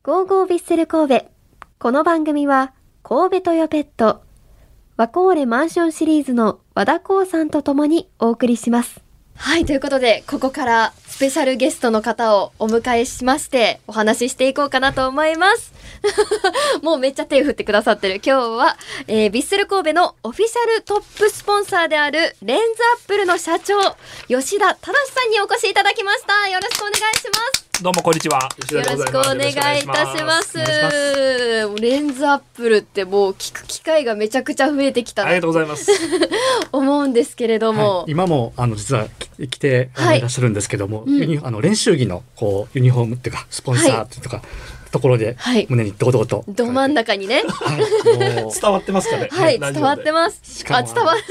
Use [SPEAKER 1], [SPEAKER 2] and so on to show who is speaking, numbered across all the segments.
[SPEAKER 1] ゴーゴービッセル神戸。この番組は神戸トヨペット、ワコーレマンションシリーズの和田光さんと共にお送りします。はい、ということでここからスペシャルゲストの方をお迎えしましてお話ししていこうかなと思いますもうめっちゃ手振ってくださってる。今日は、ビッセル神戸のオフィシャルトップスポンサーであるレンズアップルの社長吉田忠さんにお越しいただきました。よろしくお願いします。
[SPEAKER 2] どうもこんにちは。
[SPEAKER 1] よろしくお願いいたします。レンズアップルってもう聞く機会がめちゃくちゃ増えてきた。
[SPEAKER 2] ありがとうございます。
[SPEAKER 1] 思うんですけれども、
[SPEAKER 3] はい、今も実は来ていらっしゃるんですけども、練習着のこうユニフォームっていうかスポンサーっていうか、ところで胸に堂々と、
[SPEAKER 1] ど真ん中にね、
[SPEAKER 2] 伝わってますかね。
[SPEAKER 1] はい、伝わってます。伝わる、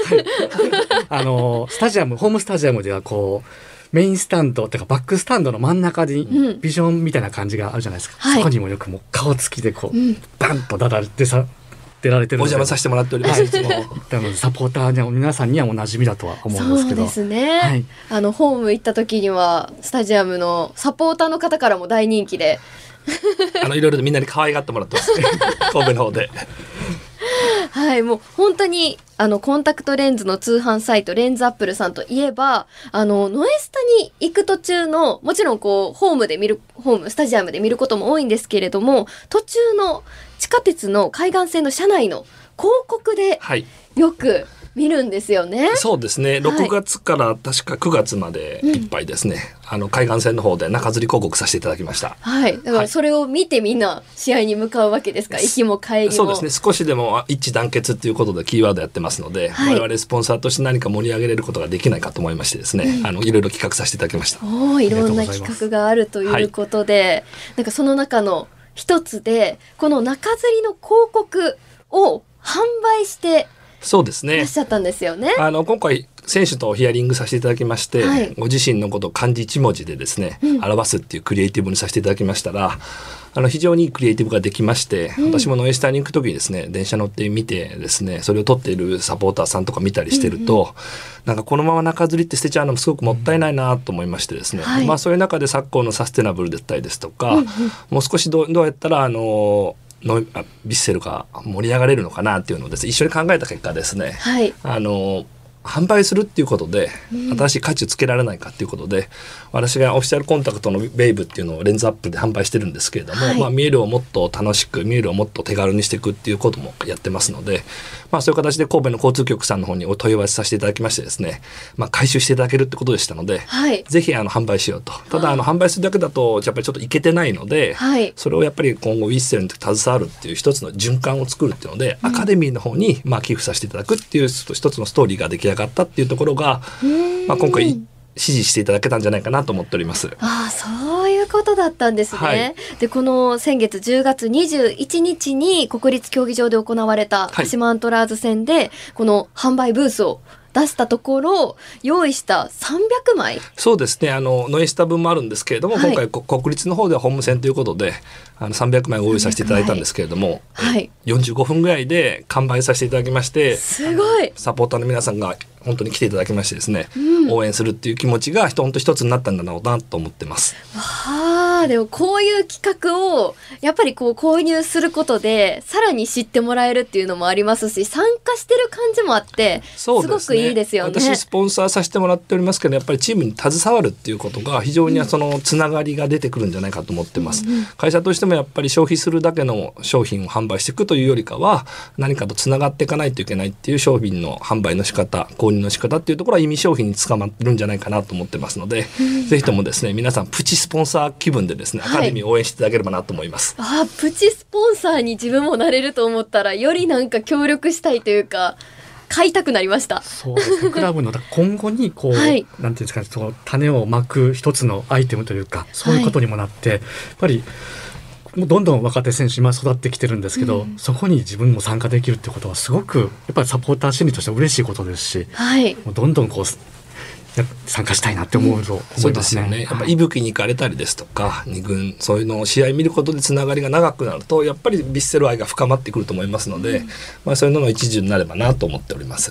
[SPEAKER 3] スタジアム、ホームスタジアムではこうメインスタンドとかバックスタンドの真ん中にビジョンみたいな感じがあるじゃないですか、そこにもよくもう顔つきでこう、バンと出られてる
[SPEAKER 2] お邪魔させてもらっております。いつも
[SPEAKER 3] サポーターの皆さんにはおなじみだとは思うんですけど。
[SPEAKER 1] そうですね、はい、ホーム行った時にはスタジアムのサポーターの方からも大人気で
[SPEAKER 2] いろいろとみんなに可愛がってもらってます神戸の方で
[SPEAKER 1] はい、もう本当にコンタクトレンズの通販サイトレンズアップルさんといえばノエスタに行く途中のもちろんこうホームスタジアムで見ることも多いんですけれども、途中の地下鉄の海岸線の車内の広告でよく見るんですよね。
[SPEAKER 2] そうですね、6月から確か9月までいっぱいですね、海岸線の方で中吊り広告させていただきました。
[SPEAKER 1] はい、だからそれを見てみんな試合に向かうわけですか。行きも帰りも。
[SPEAKER 2] そうですね、少しでも一致団結っていうことでキーワードやってますので、我々スポンサーとして何か盛り上げれることができないかと思いましてですね、いろいろ企画させていただきました。
[SPEAKER 1] いろんな企画があるということで、なんかその中の一つでこの中吊りの広告を販売して
[SPEAKER 2] そうですね、
[SPEAKER 1] いらっしゃったんですよね。
[SPEAKER 2] 今回選手とヒアリングさせていただきまして、ご自身のことを漢字一文字でですね、表すっていうクリエイティブにさせていただきましたら、非常にいいクリエイティブができまして、私もノエスタに行く時にですね、電車乗って見てですね、それを撮っているサポーターさんとか見たりしてると、なんかこのまま中吊りって捨てちゃうのもすごくもったいないなと思いましてですね、そういう中で昨今のサステナブルだったりですとか、もう少しどうやったらビッセルが盛り上がれるのかなっていうのをですね、一緒に考えた結果ですね、販売するっていうことで新しい価値をつけられないかっていうことで、私がオフィシャルコンタクトのベイブっていうのをレンズアップで販売してるんですけれども、見えるをもっと楽しく、見えるをもっと手軽にしていくっていうこともやってますので、そういう形で神戸の交通局さんの方にお問い合わせさせていただきましてですね、回収していただけるってことでしたので、ぜひ販売しようと。ただ販売するだけだとやっぱりちょっといけてないので、それをやっぱり今後ウィッセルに携わるっていう一つの循環を作るっていうので、アカデミーの方に寄付させていただくっていう一つのストーリーが出来上がったっていうところが、今回支持していただけたんじゃないかなと思っております。
[SPEAKER 1] そういうことだったんですね。でこの先月10月21日に国立競技場で行われた鹿島アントラーズ戦で、この販売ブースを出したところ用意した300枚。
[SPEAKER 2] そうですね、ノエスタ分もあるんですけれども、今回国立の方ではホーム戦ということで300枚を用意させていただいたんですけれども、45分ぐらいで完売させていただきまして、
[SPEAKER 1] すごい
[SPEAKER 2] サポーターの皆さんが本当に来ていただきましてですね、応援するっていう気持ちが本当一つになったんだろうなと思ってます。
[SPEAKER 1] でもこういう企画をやっぱりこう購入することでさらに知ってもらえるっていうのもありますし、参加してる感じもあってすごくいいですよね。
[SPEAKER 2] 私スポンサーさせてもらっておりますけど、やっぱりチームに携わるっていうことが非常にそのつながりが出てくるんじゃないかと思ってます。会社としてもやっぱり消費するだけの商品を販売していくというよりかは、何かとつながっていかないといけないっていう商品の販売の仕方、購入の仕方っていうところは意味商品に捕まってるんじゃないかなと思ってますので、ぜひともですね、皆さんプチスポンサー気分でですね、アカデミーを応援していただければなと思います。
[SPEAKER 1] プチスポンサーに自分もなれると思ったら、よりなんか協力したいというか買いたくなりました。
[SPEAKER 3] そうですね、クラブの今後にこう、なんていうんですかね、その種をまく一つのアイテムというか、そういうことにもなって、やっぱりもうどんどん若手選手今育ってきてるんですけど、そこに自分も参加できるってことはすごくやっぱりサポーター心理としては嬉しいことですし、もうどんどんこう参加したいなって思うと思いますね。
[SPEAKER 2] そうですよね。やっぱ息吹に行かれたりですとか、2軍そういうのを試合見ることでつながりが長くなると、やっぱりヴィッセル愛が深まってくると思いますので、そういうのの一助になればなと思っております。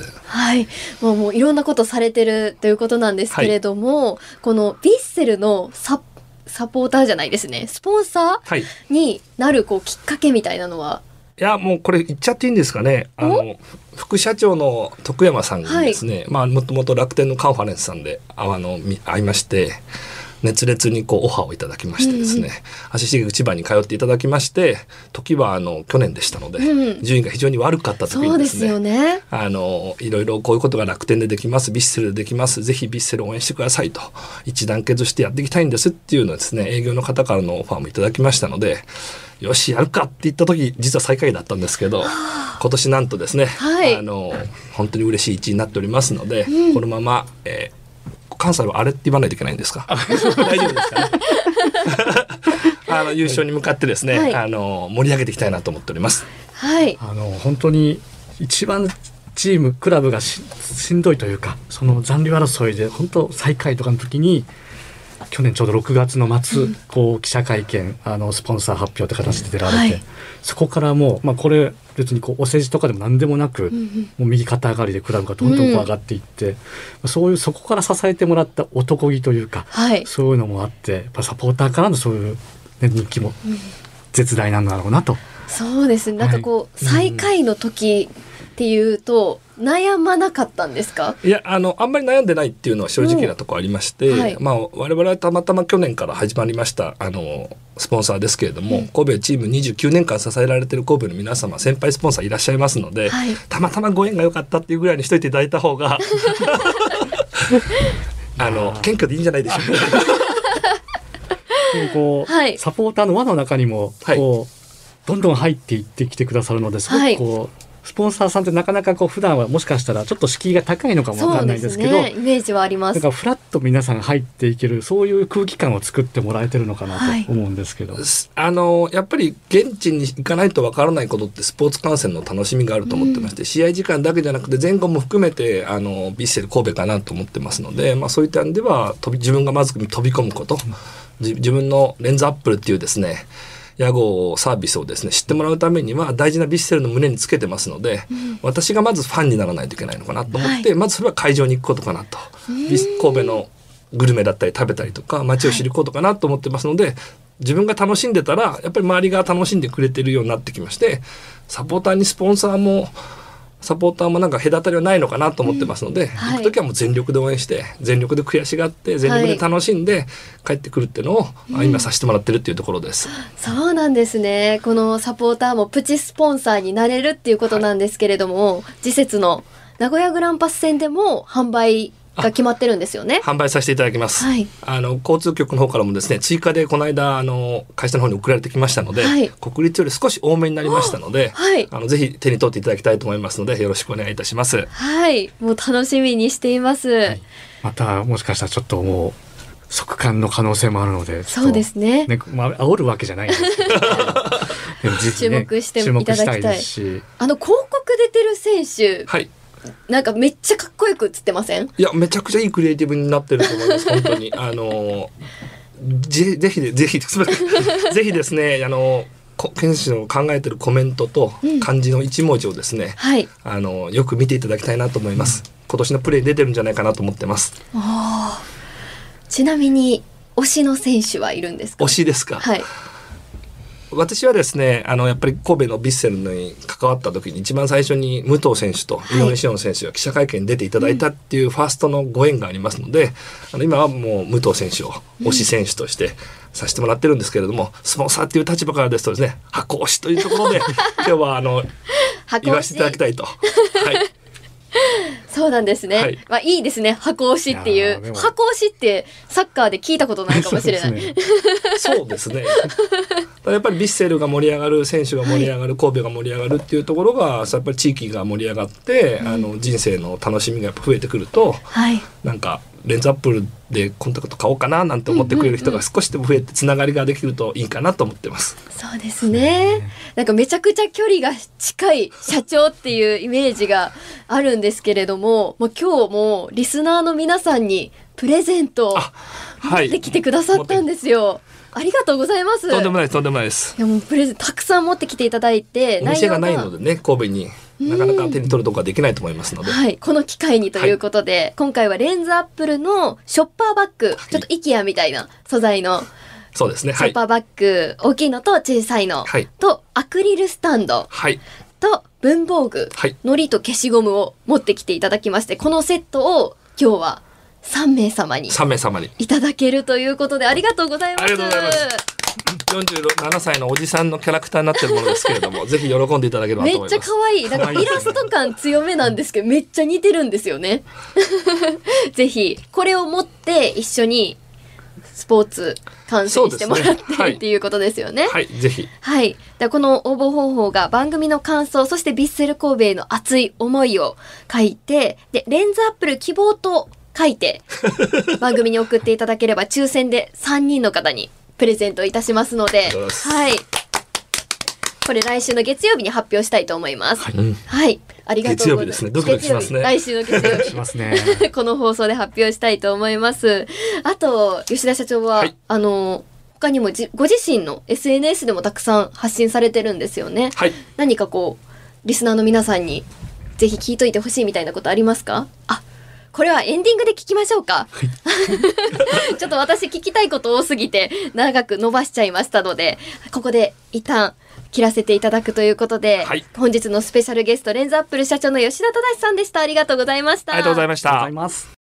[SPEAKER 1] もういろんなことされてるということなんですけれども、このヴィッセルのササポーターじゃないですね、スポンサーになるこうきっかけみたいなのは、
[SPEAKER 2] いやもうこれ言っちゃっていいんですかね。副社長の徳山さんにですね、もともと楽天のカンファレンスさんで会いまして、熱烈にこうオファーをいただきましてですね、足しげく千葉に通っていただきまして、時は去年でしたので、順位が非常に悪かった時にですね、
[SPEAKER 1] そうですよね、
[SPEAKER 2] いろいろこういうことが楽天でできます、ヴィッセルでできます、ぜひヴィッセルを応援してくださいと、一団結してやっていきたいんですっていうのをですね、営業の方からのオファーもいただきましたので、よしやるかって言った時、実は最下位だったんですけど、今年なんとですね、本当に嬉しい1位になっておりますので、このまま、関西はあれって言わないといけないんですか大丈夫ですかね優勝に向かってですね、盛り上げていきたいなと思っております。
[SPEAKER 3] 本当に一番チームクラブが しんどいというか、その残留争いで本当最下位とかの時に、去年ちょうど6月の末、こう記者会見スポンサー発表って形で出られて、そこからもう、これ別にこうお世辞とかでも何でもなく、もう右肩上がりでクラブがどんどんこう上がっていって、そこから支えてもらった男気というか、そういうのもあって、やっぱサポーターからのそういう、ね、人気も絶大なんだろうなと。
[SPEAKER 1] そうですね、なんかこう、最下位の時っていうと悩まなかったんですか？
[SPEAKER 2] いやあんまり悩んでないっていうのは正直なところありまして、我々はたまたま去年から始まりましたスポンサーですけれども、神戸チーム29年間支えられている神戸の皆様、先輩スポンサーいらっしゃいますので、たまたまご縁が良かったっていうぐらいにしといていただいた方が謙虚でいいんじゃないでしょうか。
[SPEAKER 3] こうサポーターの輪の中にもこう、どんどん入っていってきてくださるので、すごくこう、スポンサーさんってなかなかこう普段はもしかしたらちょっと敷居が高いのかもわかんないですけど、
[SPEAKER 1] そうですね、イメージはあります。
[SPEAKER 3] なんかフラッと皆さん入っていける、そういう空気感を作ってもらえてるのかなと思うんですけど、
[SPEAKER 2] やっぱり現地に行かないとわからないことってスポーツ観戦の楽しみがあると思ってまして、試合時間だけじゃなくて前後も含めてヴィッセル神戸かなと思ってますので、そういった点では自分がまず飛び込むこと、自分のレンズアップルっていうですね屋号サービスをですね知ってもらうためには大事なヴィッセルの胸につけてますので、私がまずファンにならないといけないのかなと思って、まずそれは会場に行くことかなと、神戸のグルメだったり食べたりとか街を知ることかなと思ってますので、自分が楽しんでたらやっぱり周りが楽しんでくれてるようになってきまして、サポーターにスポンサーもサポーターもなんか隔たりはないのかなと思ってますので、行くときはもう全力で応援して、全力で悔しがって全力で楽しんで帰ってくるっていうのを、今させてもらってるっていうところです。
[SPEAKER 1] そうなんですね。このサポーターもプチスポンサーになれるっていうことなんですけれども、次節の名古屋グランパス戦でも販売が決まってるんですよね。
[SPEAKER 2] 販売させていただきます、交通局の方からもですね追加でこの間会社の方に送られてきましたので、国立より少し多めになりましたので、ぜひ手に取っていただきたいと思いますのでよろしくお願いいたします。
[SPEAKER 1] もう楽しみにしています、
[SPEAKER 3] またもしかしたらちょっともう速乾の可能性もあるので、
[SPEAKER 1] そうですね、
[SPEAKER 3] 煽るわけじゃないんですけどでも
[SPEAKER 1] 注目していただきたいし、広告出てる選手、なんかめっちゃかっこよく映ってません？
[SPEAKER 2] いやめちゃくちゃいいクリエイティブになってると思います本当にぜひですね選手の考えてるコメントと漢字の一文字をですね、よく見ていただきたいなと思います、今年のプレーに出てるんじゃないかなと思ってます。
[SPEAKER 1] ちなみに推しの選手はいるんですか？
[SPEAKER 2] 推しですか？私はですねやっぱり神戸のヴィッセルに関わった時に一番最初に武藤選手と井上志音選手が記者会見に出ていただいたっていうファーストのご縁がありますので、今はもう武藤選手を推し選手としてさせてもらってるんですけれども、スポンサーっていう立場からですとですね箱推しというところで今日は言わせていただきたいと。
[SPEAKER 1] そうなんですね、いいですね、箱推しっていう。箱推しってサッカーで聞いたことないかもしれない。
[SPEAKER 2] そうですねやっぱりヴィッセルが盛り上がる、選手が盛り上がる、神戸が盛り上がるっていうところがやっぱり地域が盛り上がって、人生の楽しみがやっぱ増えてくると、なんかレンズアップルでコンタクト買おうかななんて思ってくれる人が少しでも増えてつながりができるといいかなと思ってます。
[SPEAKER 1] そうですね、なんかめちゃくちゃ距離が近い社長っていうイメージがあるんですけれども、今日もリスナーの皆さんにプレゼントを持ってきてくださったんですよ。ありがとうございます。
[SPEAKER 2] とんでもないです、とんでもないです。
[SPEAKER 1] いやもうプレゼントたくさん持ってきていただいて、
[SPEAKER 2] お店がないのでね、神戸になかなか手に取るところができないと思いますので、
[SPEAKER 1] この機会にということで、今回はレンズアップルのショッパーバッグ、ちょっとイケアみたいな素材の
[SPEAKER 2] そうですね。
[SPEAKER 1] ショッパーバッグ、大きいのと小さいの、
[SPEAKER 2] はい、
[SPEAKER 1] とアクリルスタンド、
[SPEAKER 2] はい、
[SPEAKER 1] と文房具、
[SPEAKER 2] はい、
[SPEAKER 1] 糊と消しゴムを持ってきていただきまして、このセットを今日は3名様にいただけるということで、ありがとうございます。
[SPEAKER 2] ありがとうございます。47歳のおじさんのキャラクターになってるものですけれどもぜひ喜んでいただければと思います。
[SPEAKER 1] めっちゃ可愛い。なんかイラスト感強めなんですけどめっちゃ似てるんですよねぜひこれを持って一緒にスポーツ観戦してもらって、ね、はい、っていうことですよね。
[SPEAKER 2] はい、ぜひ。
[SPEAKER 1] はい。でこの応募方法が番組の感想、そしてヴィッセル神戸への熱い思いを書いて、でレンズアップル希望と書いて番組に送っていただければ抽選で3人の方にプレゼントいたしますので、はい。これ来週の月曜日に発表したいと思います。はい。はい、ありがとうございます。
[SPEAKER 2] 月曜日ですね。ドキドキしますね。
[SPEAKER 1] 来週の月曜日
[SPEAKER 3] しますね。
[SPEAKER 1] この放送で発表したいと思います。あと吉田社長は、はい、他にもご自身の SNS でもたくさん発信されてるんですよね。
[SPEAKER 2] はい。
[SPEAKER 1] 何かこうリスナーの皆さんにぜひ聞いといてほしいみたいなことありますか？あ、これはエンディングで聞きましょうか。ちょっと私聞きたいこと多すぎて長く伸ばしちゃいましたので、ここで一旦切らせていただくということで、はい、本日のスペシャルゲストレンズアップル社長の吉田忠さんでした。ありがとうございました。
[SPEAKER 2] ありがとうございました。
[SPEAKER 3] ありがとうございます。